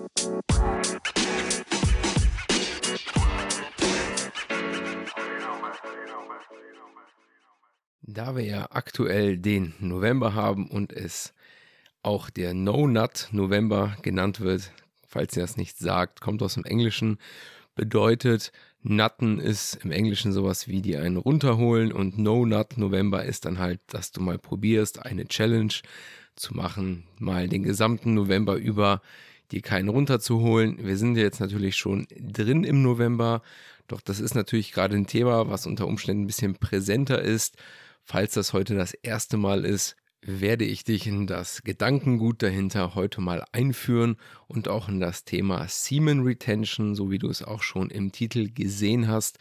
Da wir ja aktuell den November haben und es auch der No-Nut-November genannt wird, falls ihr das nicht sagt, kommt aus dem Englischen, bedeutet, Nutten ist im Englischen sowas wie die einen runterholen und No-Nut-November ist dann halt, dass du mal probierst, eine Challenge zu machen, mal den gesamten November über dir keinen runterzuholen. Wir sind jetzt natürlich schon drin im November, doch das ist natürlich gerade ein Thema, was unter Umständen ein bisschen präsenter ist. Falls das heute das erste Mal ist, werde ich dich in das Gedankengut dahinter heute mal einführen und auch in das Thema Semen Retention, so wie du es auch schon im Titel gesehen hast,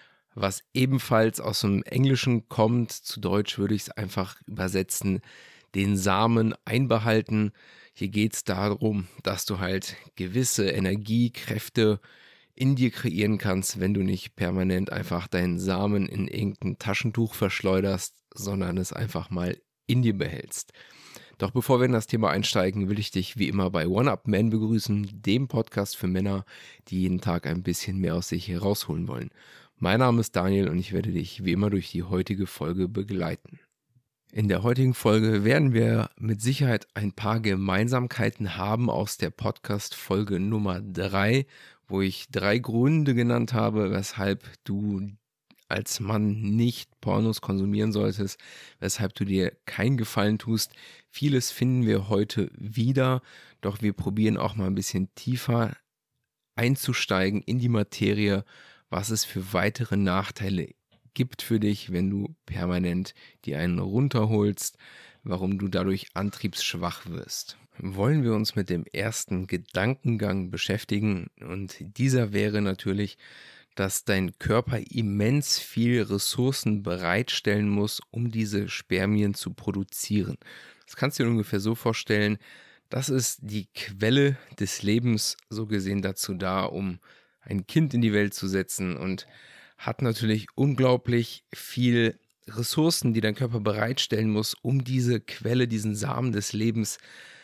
was ebenfalls aus dem Englischen kommt. Zu Deutsch würde ich es einfach übersetzen, den Samen einbehalten. Hier geht es darum, dass du halt gewisse Energiekräfte in dir kreieren kannst, wenn du nicht permanent einfach deinen Samen in irgendein Taschentuch verschleuderst, sondern es einfach mal in dir behältst. Doch bevor wir in das Thema einsteigen, will ich dich wie immer bei One Up Man begrüßen, dem Podcast für Männer, die jeden Tag ein bisschen mehr aus sich herausholen wollen. Mein Name ist Daniel und ich werde dich wie immer durch die heutige Folge begleiten. In der heutigen Folge werden wir mit Sicherheit ein paar Gemeinsamkeiten haben aus der Podcast-Folge Nummer 3, wo ich 3 Gründe genannt habe, weshalb du als Mann nicht Pornos konsumieren solltest, weshalb du dir keinen Gefallen tust. Vieles finden wir heute wieder, doch wir probieren auch mal ein bisschen tiefer einzusteigen in die Materie, was es für weitere Nachteile gibt für dich, wenn du permanent dir einen runterholst, warum du dadurch antriebsschwach wirst. Wollen wir uns mit dem ersten Gedankengang beschäftigen und dieser wäre natürlich, dass dein Körper immens viel Ressourcen bereitstellen muss, um diese Spermien zu produzieren. Das kannst du dir ungefähr so vorstellen, das ist die Quelle des Lebens, so gesehen dazu da, um ein Kind in die Welt zu setzen und hat natürlich unglaublich viel Ressourcen, die dein Körper bereitstellen muss, um diese Quelle, diesen Samen des Lebens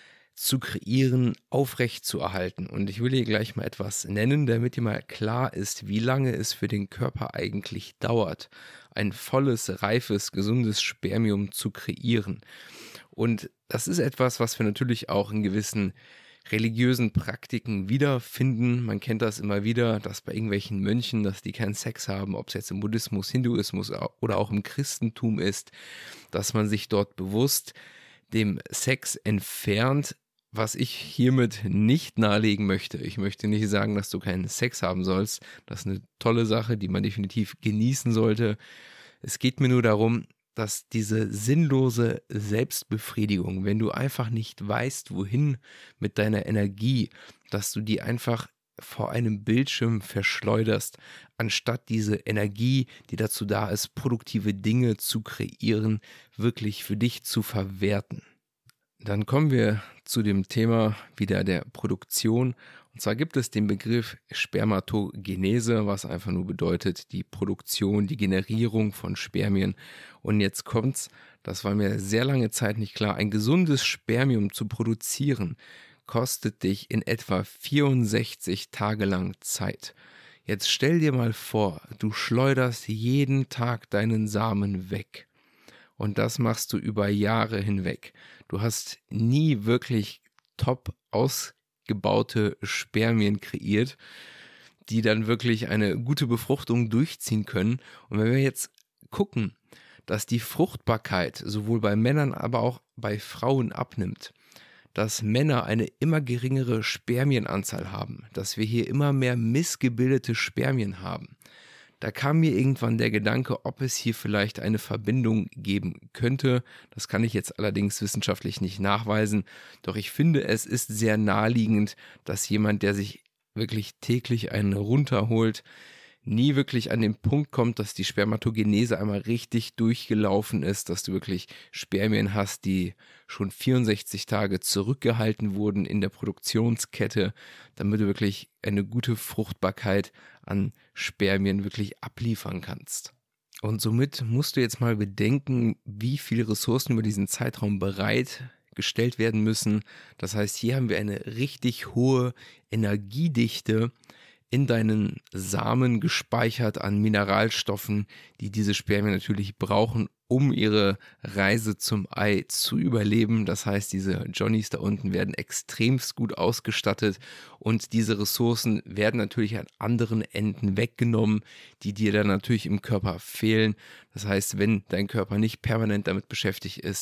zu kreieren, aufrecht zu erhalten. Und ich will hier gleich mal etwas nennen, damit dir mal klar ist, wie lange es für den Körper eigentlich dauert, ein volles, reifes, gesundes Spermium zu kreieren. Und das ist etwas, was wir natürlich auch in gewissen religiösen Praktiken wiederfinden. Man kennt das immer wieder, dass bei irgendwelchen Mönchen, dass die keinen Sex haben, ob es jetzt im Buddhismus, Hinduismus oder auch im Christentum ist, dass man sich dort bewusst dem Sex entfernt, was ich hiermit nicht nahelegen möchte. Ich möchte nicht sagen, dass du keinen Sex haben sollst. Das ist eine tolle Sache, die man definitiv genießen sollte. Es geht mir nur darum, dass diese sinnlose Selbstbefriedigung, wenn du einfach nicht weißt, wohin mit deiner Energie, dass du die einfach vor einem Bildschirm verschleuderst, anstatt diese Energie, die dazu da ist, produktive Dinge zu kreieren, wirklich für dich zu verwerten. Dann kommen wir zu dem Thema wieder der Produktion. Und zwar gibt es den Begriff Spermatogenese, was einfach nur bedeutet, die Produktion, die Generierung von Spermien. Und jetzt kommt's, das war mir sehr lange Zeit nicht klar, ein gesundes Spermium zu produzieren, kostet dich in etwa 64 Tage lang Zeit. Jetzt stell dir mal vor, du schleuderst jeden Tag deinen Samen weg. Und das machst du über Jahre hinweg. Du hast nie wirklich top ausgebaute Spermien kreiert, die dann wirklich eine gute Befruchtung durchziehen können. Und wenn wir jetzt gucken, dass die Fruchtbarkeit sowohl bei Männern, aber auch bei Frauen abnimmt, dass Männer eine immer geringere Spermienanzahl haben, dass wir hier immer mehr missgebildete Spermien haben, da kam mir irgendwann der Gedanke, ob es hier vielleicht eine Verbindung geben könnte. Das kann ich jetzt allerdings wissenschaftlich nicht nachweisen. Doch ich finde, es ist sehr naheliegend, dass jemand, der sich wirklich täglich einen runterholt, nie wirklich an den Punkt kommt, dass die Spermatogenese einmal richtig durchgelaufen ist, dass du wirklich Spermien hast, die schon 64 Tage zurückgehalten wurden in der Produktionskette, damit du wirklich eine gute Fruchtbarkeit an Spermien wirklich abliefern kannst. Und somit musst du jetzt mal bedenken, wie viele Ressourcen über diesen Zeitraum bereit gestellt werden müssen. Das heißt, hier haben wir eine richtig hohe Energiedichte in deinen Samen gespeichert an Mineralstoffen, die diese Spermien natürlich brauchen, um ihre Reise zum Ei zu überleben. Das heißt, diese Johnnies da unten werden extremst gut ausgestattet und diese Ressourcen werden natürlich an anderen Enden weggenommen, die dir dann natürlich im Körper fehlen. Das heißt, wenn dein Körper nicht permanent damit beschäftigt ist,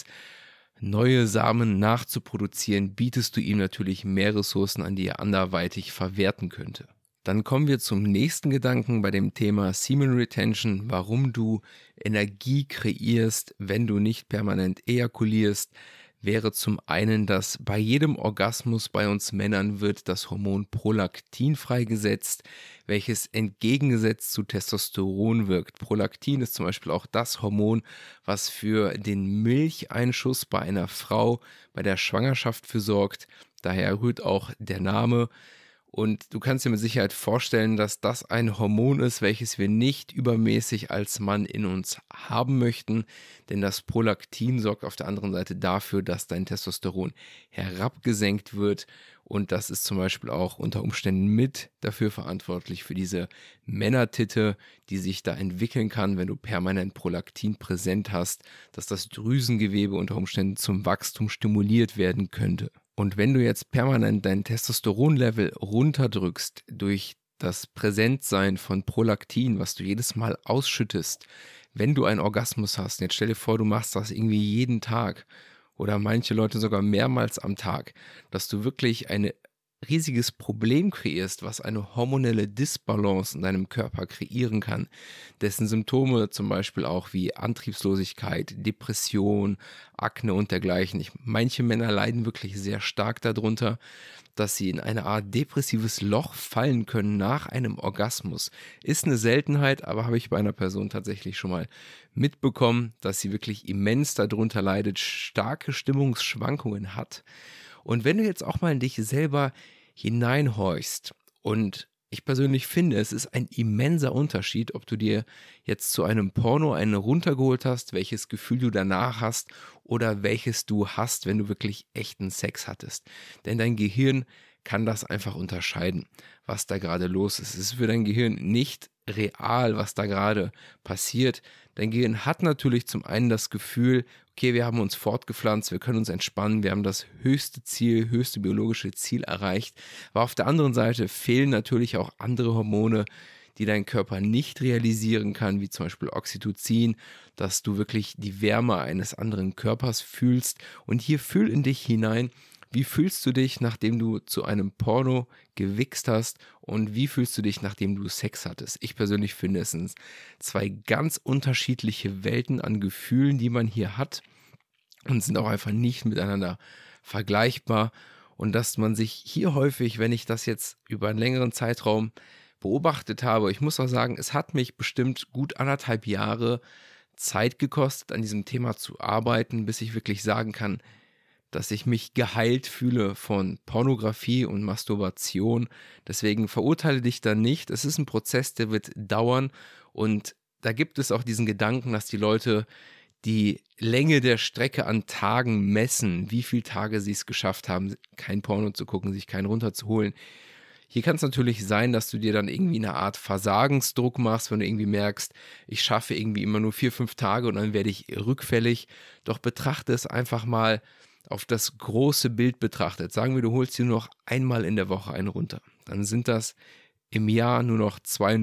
neue Samen nachzuproduzieren, bietest du ihm natürlich mehr Ressourcen an, die er anderweitig verwerten könnte. Dann kommen wir zum nächsten Gedanken bei dem Thema Semen Retention, warum du Energie kreierst, wenn du nicht permanent ejakulierst, wäre zum einen, dass bei jedem Orgasmus bei uns Männern wird das Hormon Prolaktin freigesetzt, welches entgegengesetzt zu Testosteron wirkt. Prolaktin ist zum Beispiel auch das Hormon, was für den Milcheinschuss bei einer Frau bei der Schwangerschaft für sorgt. Daher rührt auch der Name. Und du kannst dir mit Sicherheit vorstellen, dass das ein Hormon ist, welches wir nicht übermäßig als Mann in uns haben möchten, denn das Prolaktin sorgt auf der anderen Seite dafür, dass dein Testosteron herabgesenkt wird und das ist zum Beispiel auch unter Umständen mit dafür verantwortlich für diese Männertitte, die sich da entwickeln kann, wenn du permanent Prolaktin präsent hast, dass das Drüsengewebe unter Umständen zum Wachstum stimuliert werden könnte. Und wenn du jetzt permanent dein Testosteronlevel runterdrückst durch das Präsentsein von Prolaktin, was du jedes Mal ausschüttest, wenn du einen Orgasmus hast, jetzt stell dir vor, du machst das irgendwie jeden Tag oder manche Leute sogar mehrmals am Tag, dass du wirklich ein riesiges Problem kreierst, was eine hormonelle Disbalance in deinem Körper kreieren kann, dessen Symptome zum Beispiel auch wie Antriebslosigkeit, Depression, Akne und dergleichen. Manche Männer leiden wirklich sehr stark darunter, dass sie in eine Art depressives Loch fallen können nach einem Orgasmus. Ist eine Seltenheit, aber habe ich bei einer Person tatsächlich schon mal mitbekommen, dass sie wirklich immens darunter leidet, starke Stimmungsschwankungen hat. Und wenn du jetzt auch mal in dich selber hineinhorchst und ich persönlich finde, es ist ein immenser Unterschied, ob du dir jetzt zu einem Porno einen runtergeholt hast, welches Gefühl du danach hast oder welches du hast, wenn du wirklich echten Sex hattest. Denn dein Gehirn kann das einfach unterscheiden, was da gerade los ist. Es ist für dein Gehirn nicht real, was da gerade passiert. Dein Gehirn hat natürlich zum einen das Gefühl, okay, wir haben uns fortgepflanzt, wir können uns entspannen, wir haben das höchste Ziel, höchste biologische Ziel erreicht. Aber auf der anderen Seite fehlen natürlich auch andere Hormone, die dein Körper nicht realisieren kann, wie zum Beispiel Oxytocin, dass du wirklich die Wärme eines anderen Körpers fühlst. Und hier fühl in dich hinein, wie fühlst du dich, nachdem du zu einem Porno gewichst hast und wie fühlst du dich, nachdem du Sex hattest? Ich persönlich finde, es sind zwei ganz unterschiedliche Welten an Gefühlen, die man hier hat und sind auch einfach nicht miteinander vergleichbar und dass man sich hier häufig, wenn ich das jetzt über einen längeren Zeitraum beobachtet habe, ich muss auch sagen, es hat mich bestimmt gut 1,5 Jahre Zeit gekostet, an diesem Thema zu arbeiten, bis ich wirklich sagen kann, dass ich mich geheilt fühle von Pornografie und Masturbation. Deswegen verurteile dich da nicht. Es ist ein Prozess, der wird dauern und da gibt es auch diesen Gedanken, dass die Leute die Länge der Strecke an Tagen messen, wie viele Tage sie es geschafft haben, kein Porno zu gucken, sich keinen runterzuholen. Hier kann es natürlich sein, dass du dir dann irgendwie eine Art Versagensdruck machst, wenn du irgendwie merkst, ich schaffe irgendwie immer nur 4, 5 Tage und dann werde ich rückfällig. Doch betrachte es einfach mal auf das große Bild betrachtet. Sagen wir, du holst dir nur noch einmal in der Woche einen runter. Dann sind das im Jahr nur noch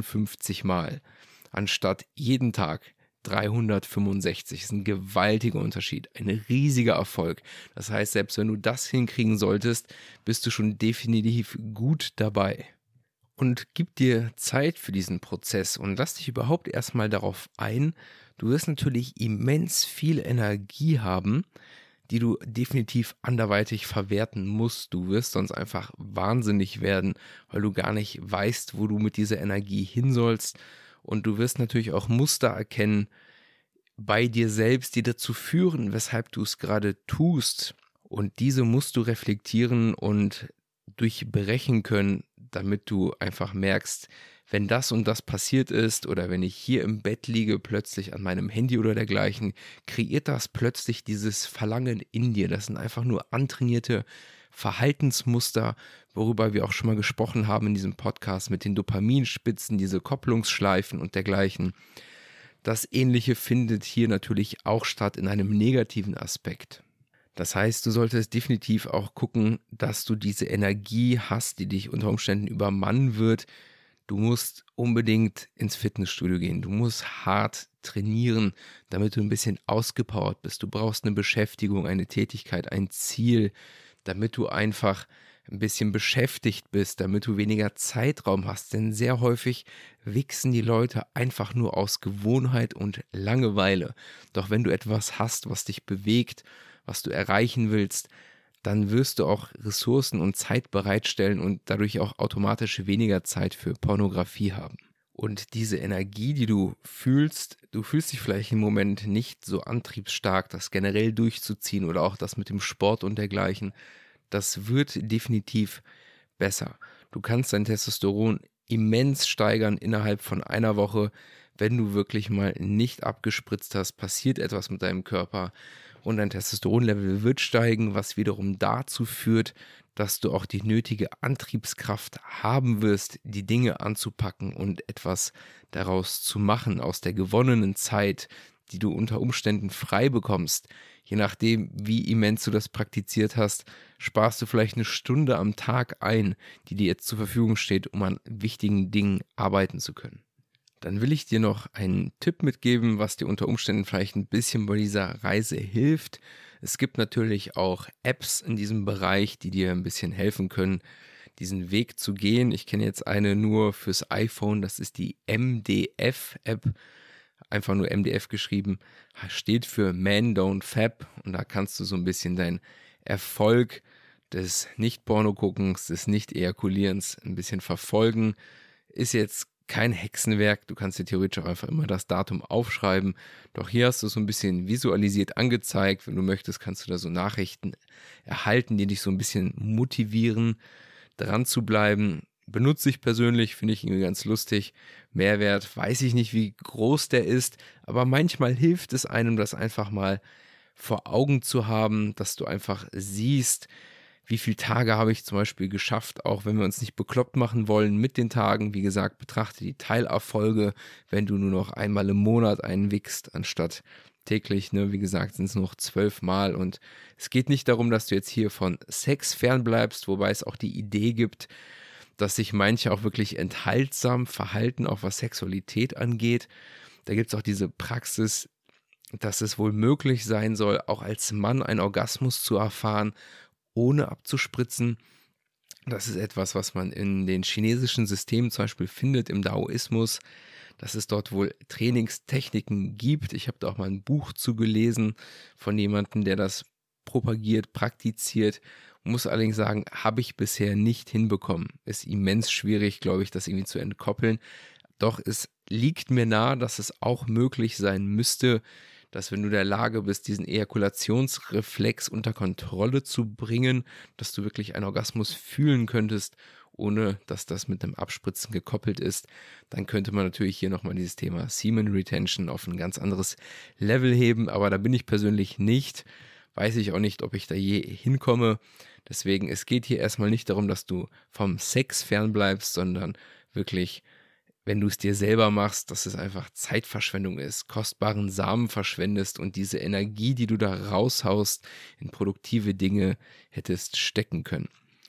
52 Mal, anstatt jeden Tag 365. Das ist ein gewaltiger Unterschied, ein riesiger Erfolg. Das heißt, selbst wenn du das hinkriegen solltest, bist du schon definitiv gut dabei. Und gib dir Zeit für diesen Prozess und lass dich überhaupt erstmal darauf ein. Du wirst natürlich immens viel Energie haben, die du definitiv anderweitig verwerten musst. Du wirst sonst einfach wahnsinnig werden, weil du gar nicht weißt, wo du mit dieser Energie hin sollst. Und du wirst natürlich auch Muster erkennen bei dir selbst, die dazu führen, weshalb du es gerade tust. Und diese musst du reflektieren und durchbrechen können, damit du einfach merkst, wenn das und das passiert ist oder wenn ich hier im Bett liege, plötzlich an meinem Handy oder dergleichen, kreiert das plötzlich dieses Verlangen in dir. Das sind einfach nur antrainierte Verhaltensmuster, worüber wir auch schon mal gesprochen haben in diesem Podcast mit den Dopaminspitzen, diese Kopplungsschleifen und dergleichen. Das Ähnliche findet hier natürlich auch statt in einem negativen Aspekt. Das heißt, du solltest definitiv auch gucken, dass du diese Energie hast, die dich unter Umständen übermannen wird. Du musst unbedingt ins Fitnessstudio gehen. Du musst hart trainieren, damit du ein bisschen ausgepowert bist. Du brauchst eine Beschäftigung, eine Tätigkeit, ein Ziel, damit du einfach ein bisschen beschäftigt bist, damit du weniger Zeitraum hast. Denn sehr häufig wichsen die Leute einfach nur aus Gewohnheit und Langeweile. Doch wenn du etwas hast, was dich bewegt, was du erreichen willst, dann wirst du auch Ressourcen und Zeit bereitstellen und dadurch auch automatisch weniger Zeit für Pornografie haben. Und diese Energie, die du fühlst dich vielleicht im Moment nicht so antriebsstark, das generell durchzuziehen oder auch das mit dem Sport und dergleichen. Das wird definitiv besser. Du kannst dein Testosteron immens steigern innerhalb von einer Woche. Wenn du wirklich mal nicht abgespritzt hast, passiert etwas mit deinem Körper und dein Testosteronlevel wird steigen, was wiederum dazu führt, dass du auch die nötige Antriebskraft haben wirst, die Dinge anzupacken und etwas daraus zu machen, aus der gewonnenen Zeit, die du unter Umständen frei bekommst. Je nachdem, wie immens du das praktiziert hast, sparst du vielleicht eine Stunde am Tag ein, die dir jetzt zur Verfügung steht, um an wichtigen Dingen arbeiten zu können. Dann will ich dir noch einen Tipp mitgeben, was dir unter Umständen vielleicht ein bisschen bei dieser Reise hilft. Es gibt natürlich auch Apps in diesem Bereich, die dir ein bisschen helfen können, diesen Weg zu gehen. Ich kenne jetzt eine nur fürs iPhone, das ist die MDF-App. Einfach nur MDF geschrieben, steht für Man Don't Fap und da kannst du so ein bisschen deinen Erfolg des Nicht-Porno-Guckens, des Nicht-Ejakulierens ein bisschen verfolgen. Ist jetzt kein Hexenwerk, du kannst dir theoretisch auch einfach immer das Datum aufschreiben, doch hier hast du es so ein bisschen visualisiert angezeigt. Wenn du möchtest, kannst du da so Nachrichten erhalten, die dich so ein bisschen motivieren, dran zu bleiben. Benutze ich persönlich, finde ich irgendwie ganz lustig. Mehrwert, weiß ich nicht, wie groß der ist, aber manchmal hilft es einem, das einfach mal vor Augen zu haben, dass du einfach siehst, wie viele Tage habe ich zum Beispiel geschafft, auch wenn wir uns nicht bekloppt machen wollen mit den Tagen. Wie gesagt, betrachte die Teilerfolge, wenn du nur noch einmal im Monat einen wickst, anstatt täglich, ne? Wie gesagt, sind es nur noch 12 Mal und es geht nicht darum, dass du jetzt hier von Sex fernbleibst, wobei es auch die Idee gibt, dass sich manche auch wirklich enthaltsam verhalten, auch was Sexualität angeht. Da gibt es auch diese Praxis, dass es wohl möglich sein soll, auch als Mann einen Orgasmus zu erfahren, ohne abzuspritzen. Das ist etwas, was man in den chinesischen Systemen zum Beispiel findet, im Daoismus, dass es dort wohl Trainingstechniken gibt. Ich habe da auch mal ein Buch zugelesen von jemandem, der das propagiert, praktiziert. Muss allerdings sagen, habe ich bisher nicht hinbekommen. Ist immens schwierig, glaube ich, das irgendwie zu entkoppeln. Doch es liegt mir nahe, dass es auch möglich sein müsste, dass wenn du in der Lage bist, diesen Ejakulationsreflex unter Kontrolle zu bringen, dass du wirklich einen Orgasmus fühlen könntest, ohne dass das mit einem Abspritzen gekoppelt ist, dann könnte man natürlich hier nochmal dieses Thema Semen Retention auf ein ganz anderes Level heben, aber da bin ich persönlich nicht. Weiß ich auch nicht, ob ich da je hinkomme. Deswegen, es geht hier erstmal nicht darum, dass du vom Sex fernbleibst, sondern wirklich, wenn du es dir selber machst, dass es einfach Zeitverschwendung ist, kostbaren Samen verschwendest und diese Energie, die du da raushaust, in produktive Dinge hättest stecken können.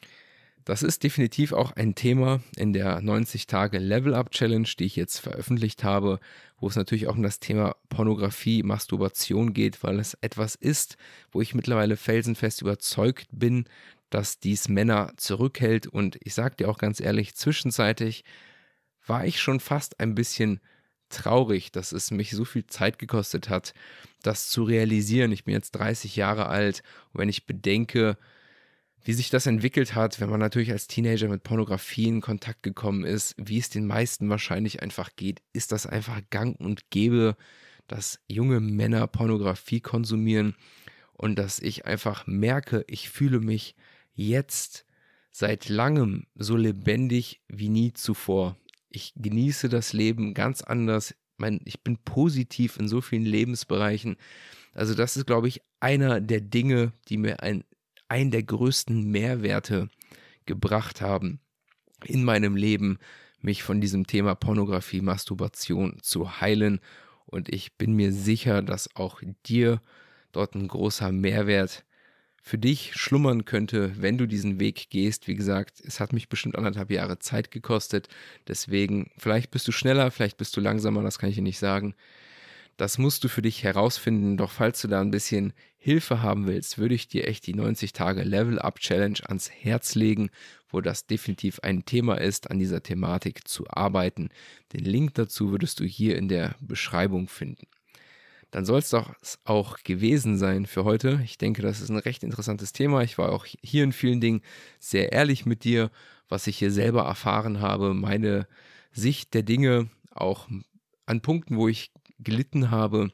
Das ist definitiv auch ein Thema in der 90-Tage-Level-Up-Challenge, die ich jetzt veröffentlicht habe, wo es natürlich auch um das Thema Pornografie, Masturbation geht, weil es etwas ist, wo ich mittlerweile felsenfest überzeugt bin, dass dies Männer zurückhält. Und ich sage dir auch ganz ehrlich, zwischenzeitlich war ich schon fast ein bisschen traurig, dass es mich so viel Zeit gekostet hat, das zu realisieren. Ich bin jetzt 30 Jahre alt und wenn ich bedenke, wie sich das entwickelt hat, wenn man natürlich als Teenager mit Pornografie in Kontakt gekommen ist, wie es den meisten wahrscheinlich einfach geht, ist das einfach gang und gäbe, dass junge Männer Pornografie konsumieren und dass ich einfach merke, ich fühle mich jetzt seit langem so lebendig wie nie zuvor. Ich genieße das Leben ganz anders. Ich bin positiv in so vielen Lebensbereichen. Also das ist, glaube ich, einer der Dinge, die mir einen der größten Mehrwerte gebracht haben in meinem Leben, mich von diesem Thema Pornografie, Masturbation zu heilen. Und ich bin mir sicher, dass auch dir dort ein großer Mehrwert für dich schlummern könnte, wenn du diesen Weg gehst. Wie gesagt, es hat mich bestimmt 1,5 Jahre Zeit gekostet. Deswegen, vielleicht bist du schneller, vielleicht bist du langsamer, das kann ich dir nicht sagen. Das musst du für dich herausfinden. Doch falls du da ein bisschen Hilfe haben willst, würde ich dir echt die 90-Tage-Level-Up-Challenge ans Herz legen, wo das definitiv ein Thema ist, an dieser Thematik zu arbeiten. Den Link dazu würdest du hier in der Beschreibung finden. Dann soll es doch auch gewesen sein für heute. Ich denke, das ist ein recht interessantes Thema. Ich war auch hier in vielen Dingen sehr ehrlich mit dir, was ich hier selber erfahren habe, meine Sicht der Dinge, auch an Punkten, wo ich gelitten habe,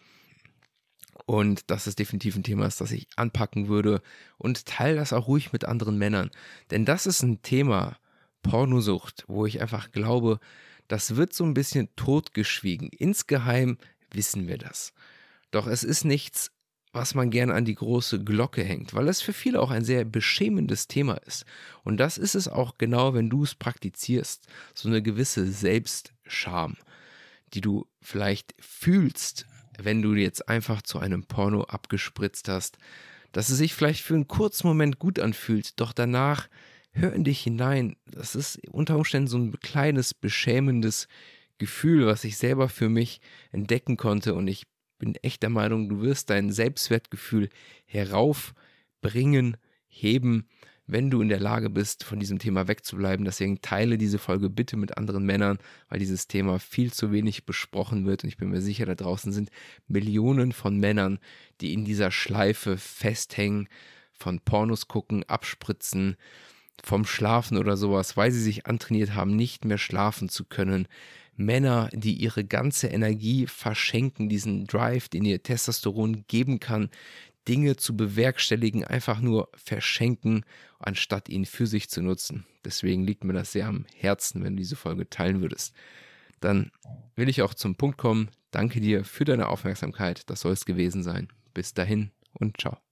und dass es definitiv ein Thema ist, das ich anpacken würde, und teile das auch ruhig mit anderen Männern. Denn das ist ein Thema, Pornosucht, wo ich einfach glaube, das wird so ein bisschen totgeschwiegen. Insgeheim wissen wir das. Doch es ist nichts, was man gerne an die große Glocke hängt, weil es für viele auch ein sehr beschämendes Thema ist. Und das ist es auch genau, wenn du es praktizierst. So eine gewisse Selbstscham, die du vielleicht fühlst, wenn du jetzt einfach zu einem Porno abgespritzt hast, dass es sich vielleicht für einen kurzen Moment gut anfühlt, doch danach hör in dich hinein. Das ist unter Umständen so ein kleines beschämendes Gefühl, was ich selber für mich entdecken konnte, und ich bin echt der Meinung, du wirst dein Selbstwertgefühl heraufbringen, heben, wenn du in der Lage bist, von diesem Thema wegzubleiben. Deswegen teile diese Folge bitte mit anderen Männern, weil dieses Thema viel zu wenig besprochen wird. Und ich bin mir sicher, da draußen sind Millionen von Männern, die in dieser Schleife festhängen, von Pornos gucken, abspritzen, vom Schlafen oder sowas, weil sie sich antrainiert haben, nicht mehr schlafen zu können. Männer, die ihre ganze Energie verschenken, diesen Drive, den ihr Testosteron geben kann, Dinge zu bewerkstelligen, einfach nur verschenken, anstatt ihn für sich zu nutzen. Deswegen liegt mir das sehr am Herzen, wenn du diese Folge teilen würdest. Dann will ich auch zum Punkt kommen. Danke dir für deine Aufmerksamkeit. Das soll es gewesen sein. Bis dahin und ciao.